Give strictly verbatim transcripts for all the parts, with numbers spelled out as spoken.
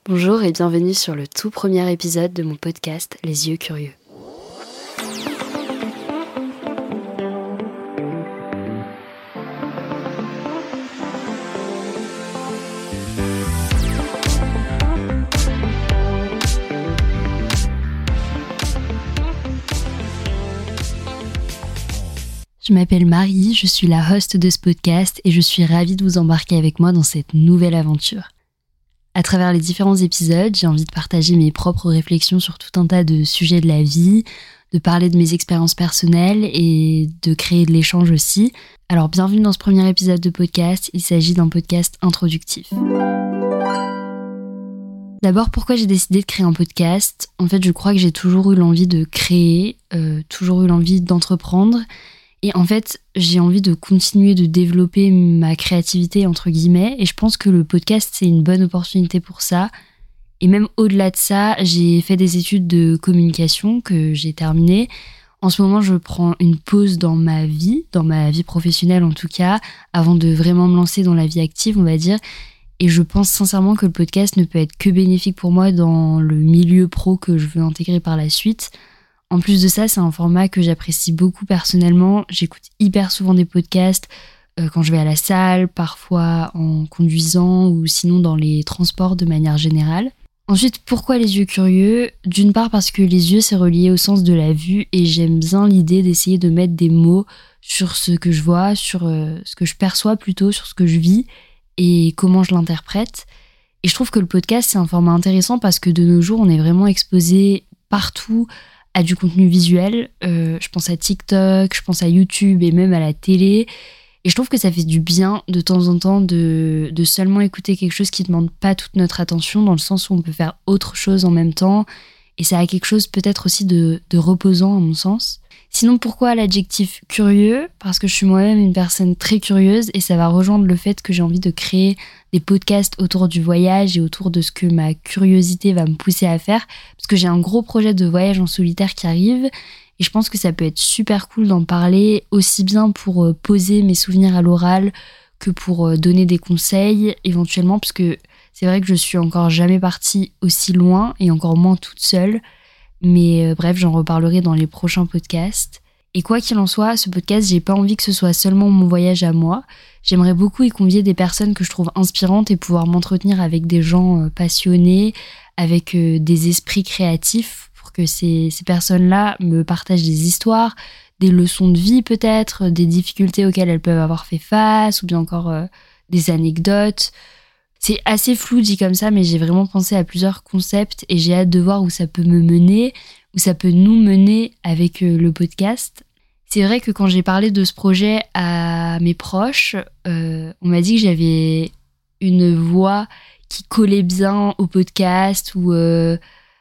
Bonjour et bienvenue sur le tout premier épisode de mon podcast Les Yeux Curieux. Je m'appelle Marie, je suis la host de ce podcast et je suis ravie de vous embarquer avec moi dans cette nouvelle aventure. À travers les différents épisodes, j'ai envie de partager mes propres réflexions sur tout un tas de sujets de la vie, de parler de mes expériences personnelles et de créer de l'échange aussi. Alors bienvenue dans ce premier épisode de podcast, il s'agit d'un podcast introductif. D'abord, pourquoi j'ai décidé de créer un podcast ? En fait, je crois que j'ai toujours eu l'envie de créer, euh, toujours eu l'envie d'entreprendre. Et en fait, j'ai envie de continuer de développer ma créativité, entre guillemets, et je pense que le podcast, c'est une bonne opportunité pour ça. Et même au-delà de ça, j'ai fait des études de communication que j'ai terminées. En ce moment, je prends une pause dans ma vie, dans ma vie professionnelle en tout cas, avant de vraiment me lancer dans la vie active, on va dire. Et je pense sincèrement que le podcast ne peut être que bénéfique pour moi dans le milieu pro que je veux intégrer par la suite. En plus de ça, c'est un format que j'apprécie beaucoup personnellement. J'écoute hyper souvent des podcasts euh, quand je vais à la salle, parfois en conduisant ou sinon dans les transports de manière générale. Ensuite, pourquoi les yeux curieux ? D'une part parce que les yeux, c'est relié au sens de la vue et j'aime bien l'idée d'essayer de mettre des mots sur ce que je vois, sur euh, ce que je perçois plutôt, sur ce que je vis et comment je l'interprète. Et je trouve que le podcast, c'est un format intéressant parce que de nos jours, on est vraiment exposé partout à du contenu visuel, euh, je pense à TikTok, je pense à YouTube et même à la télé. Et je trouve que ça fait du bien de temps en temps de, de seulement écouter quelque chose qui ne demande pas toute notre attention, dans le sens où on peut faire autre chose en même temps. Et ça a quelque chose peut-être aussi de, de reposant à mon sens. Sinon, pourquoi l'adjectif curieux ? Parce que je suis moi-même une personne très curieuse et ça va rejoindre le fait que j'ai envie de créer des podcasts autour du voyage et autour de ce que ma curiosité va me pousser à faire. Parce que j'ai un gros projet de voyage en solitaire qui arrive et je pense que ça peut être super cool d'en parler, aussi bien pour poser mes souvenirs à l'oral que pour donner des conseils éventuellement, parce que c'est vrai que je suis encore jamais partie aussi loin et encore moins toute seule. Mais euh, bref, j'en reparlerai dans les prochains podcasts. Et quoi qu'il en soit, ce podcast, j'ai pas envie que ce soit seulement mon voyage à moi. J'aimerais beaucoup y convier des personnes que je trouve inspirantes et pouvoir m'entretenir avec des gens euh, passionnés, avec euh, des esprits créatifs, pour que ces, ces personnes-là me partagent des histoires, des leçons de vie peut-être, des difficultés auxquelles elles peuvent avoir fait face, ou bien encore euh, des anecdotes. C'est assez flou dit comme ça, mais j'ai vraiment pensé à plusieurs concepts et j'ai hâte de voir où ça peut me mener, où ça peut nous mener avec le podcast. C'est vrai que quand j'ai parlé de ce projet à mes proches, euh, on m'a dit que j'avais une voix qui collait bien au podcast ou euh,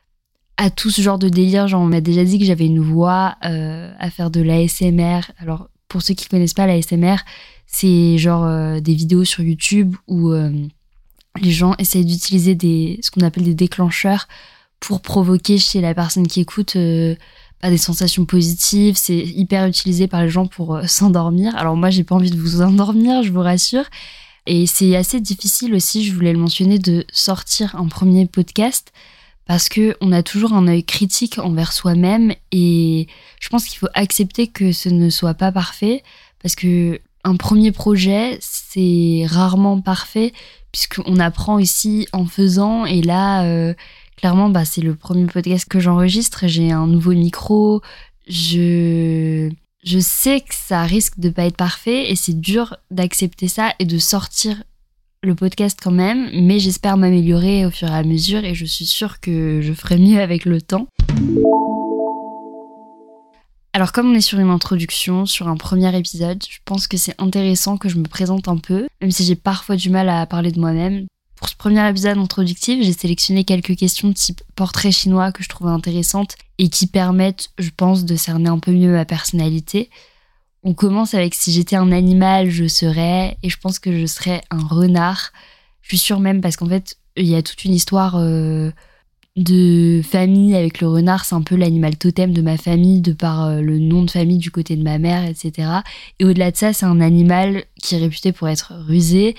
à tout ce genre de délire. Genre, on m'a déjà dit que j'avais une voix euh, à faire de l'A S M R. Alors, pour ceux qui connaissent pas l'A S M R, c'est genre euh, des vidéos sur YouTube où euh, les gens essayent d'utiliser des, ce qu'on appelle des déclencheurs pour provoquer chez la personne qui écoute euh, bah, des sensations positives. C'est hyper utilisé par les gens pour euh, s'endormir. Alors moi, j'ai pas envie de vous endormir, je vous rassure. Et c'est assez difficile aussi, je voulais le mentionner, de sortir un premier podcast parce qu'on a toujours un œil critique envers soi-même et je pense qu'il faut accepter que ce ne soit pas parfait parce que un premier projet, c'est rarement parfait puisqu'on apprend ici en faisant. Et là, euh, clairement, bah, c'est le premier podcast que j'enregistre. J'ai un nouveau micro. Je, je sais que ça risque de pas être parfait et c'est dur d'accepter ça et de sortir le podcast quand même. Mais j'espère m'améliorer au fur et à mesure et je suis sûre que je ferai mieux avec le temps. Alors comme on est sur une introduction, sur un premier épisode, je pense que c'est intéressant que je me présente un peu, même si j'ai parfois du mal à parler de moi-même. Pour ce premier épisode introductif, j'ai sélectionné quelques questions de type portrait chinois que je trouvais intéressantes et qui permettent, je pense, de cerner un peu mieux ma personnalité. On commence avec si j'étais un animal, je serais, et je pense que je serais un renard. Je suis sûre même parce qu'en fait, il y a toute une histoire euh, de famille avec le renard, c'est un peu l'animal totem de ma famille de par le nom de famille du côté de ma mère, et cetera. Et au-delà de ça, c'est un animal qui est réputé pour être rusé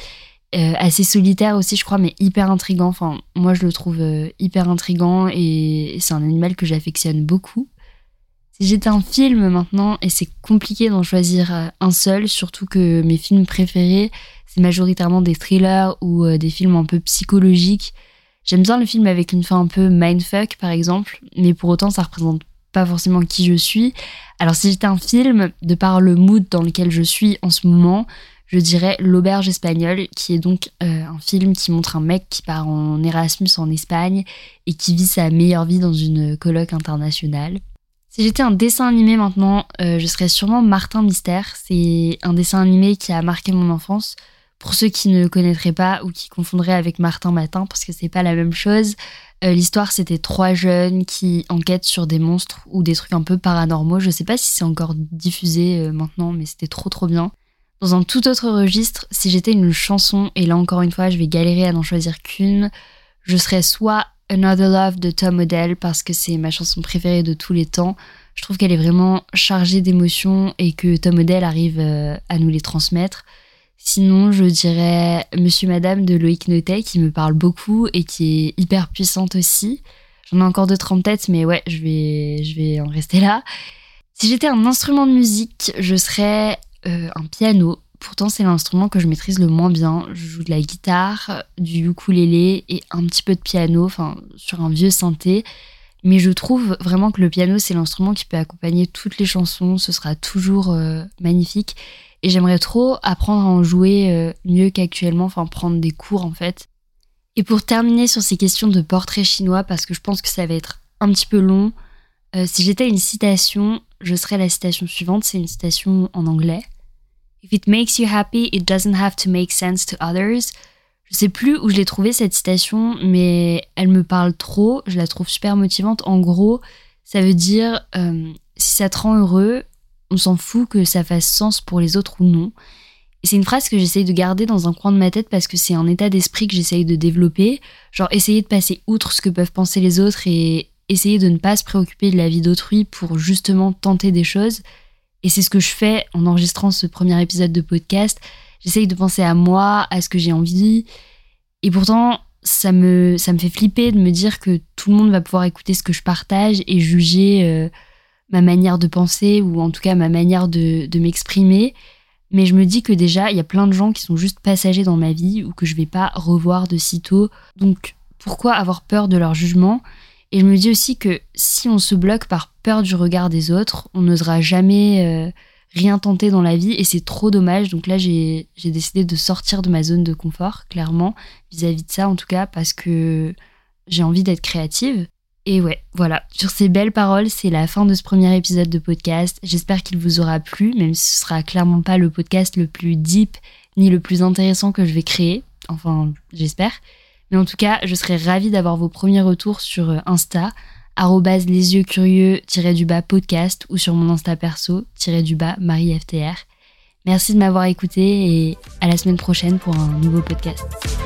euh, assez solitaire aussi, je crois, mais hyper intriguant. Enfin, moi, je le trouve euh, hyper intriguant et c'est un animal que j'affectionne beaucoup. Si j'étais un film maintenant, et c'est compliqué d'en choisir un seul, surtout que mes films préférés, c'est majoritairement des thrillers ou euh, des films un peu psychologiques. J'aime bien le film avec une fin un peu mindfuck, par exemple, mais pour autant, ça représente pas forcément qui je suis. Alors, si j'étais un film, de par le mood dans lequel je suis en ce moment, je dirais L'Auberge espagnole, qui est donc euh, un film qui montre un mec qui part en Erasmus en Espagne et qui vit sa meilleure vie dans une coloc internationale. Si j'étais un dessin animé maintenant, euh, je serais sûrement Martin Mystère. C'est un dessin animé qui a marqué mon enfance. Pour ceux qui ne connaîtraient pas ou qui confondraient avec Martin Matin, parce que c'est pas la même chose, euh, l'histoire c'était trois jeunes qui enquêtent sur des monstres ou des trucs un peu paranormaux. Je sais pas si c'est encore diffusé euh, maintenant, mais c'était trop trop bien. Dans un tout autre registre, si j'étais une chanson, et là encore une fois je vais galérer à n'en choisir qu'une, je serais soit Another Love de Tom Odell, parce que c'est ma chanson préférée de tous les temps. Je trouve qu'elle est vraiment chargée d'émotions et que Tom Odell arrive euh, à nous les transmettre. Sinon, je dirais Monsieur Madame de Loïc Notet, qui me parle beaucoup et qui est hyper puissante aussi. J'en ai encore d'autres en tête, mais ouais, je vais, je vais en rester là. Si j'étais un instrument de musique, je serais euh, un piano. Pourtant, c'est l'instrument que je maîtrise le moins bien. Je joue de la guitare, du ukulélé et un petit peu de piano, enfin, sur un vieux synthé. Mais je trouve vraiment que le piano, c'est l'instrument qui peut accompagner toutes les chansons. Ce sera toujours euh, magnifique. Et j'aimerais trop apprendre à en jouer euh, mieux qu'actuellement, enfin, prendre des cours, en fait. Et pour terminer sur ces questions de portrait chinois, parce que je pense que ça va être un petit peu long, euh, si j'étais une citation, je serais la citation suivante. C'est une citation en anglais. If it makes you happy, it doesn't have to make sense to others. Je sais plus où je l'ai trouvée cette citation, mais elle me parle trop, je la trouve super motivante. En gros, ça veut dire euh, si ça te rend heureux, on s'en fout que ça fasse sens pour les autres ou non. Et c'est une phrase que j'essaye de garder dans un coin de ma tête parce que c'est un état d'esprit que j'essaye de développer. Genre essayer de passer outre ce que peuvent penser les autres et essayer de ne pas se préoccuper de la vie d'autrui pour justement tenter des choses. Et c'est ce que je fais en enregistrant ce premier épisode de podcast. J'essaye de penser à moi, à ce que j'ai envie. Et pourtant, ça me, ça me fait flipper de me dire que tout le monde va pouvoir écouter ce que je partage et juger euh, ma manière de penser ou en tout cas ma manière de, de m'exprimer. Mais je me dis que déjà, il y a plein de gens qui sont juste passagers dans ma vie ou que je vais pas revoir de sitôt. Donc, pourquoi avoir peur de leur jugement ? Et je me dis aussi que si on se bloque par peur du regard des autres, on n'osera jamais euh, rien tenter dans la vie et c'est trop dommage. Donc là, j'ai, j'ai décidé de sortir de ma zone de confort, clairement, vis-à-vis de ça en tout cas, parce que j'ai envie d'être créative. Et ouais, voilà, sur ces belles paroles, c'est la fin de ce premier épisode de podcast. J'espère qu'il vous aura plu, même si ce sera clairement pas le podcast le plus deep ni le plus intéressant que je vais créer. Enfin, j'espère. Mais en tout cas, je serais ravie d'avoir vos premiers retours sur Insta, arrobase les yeux curieux du bas podcast ou sur mon Insta perso, du bas Marie F T R. Merci de m'avoir écouté et à la semaine prochaine pour un nouveau podcast.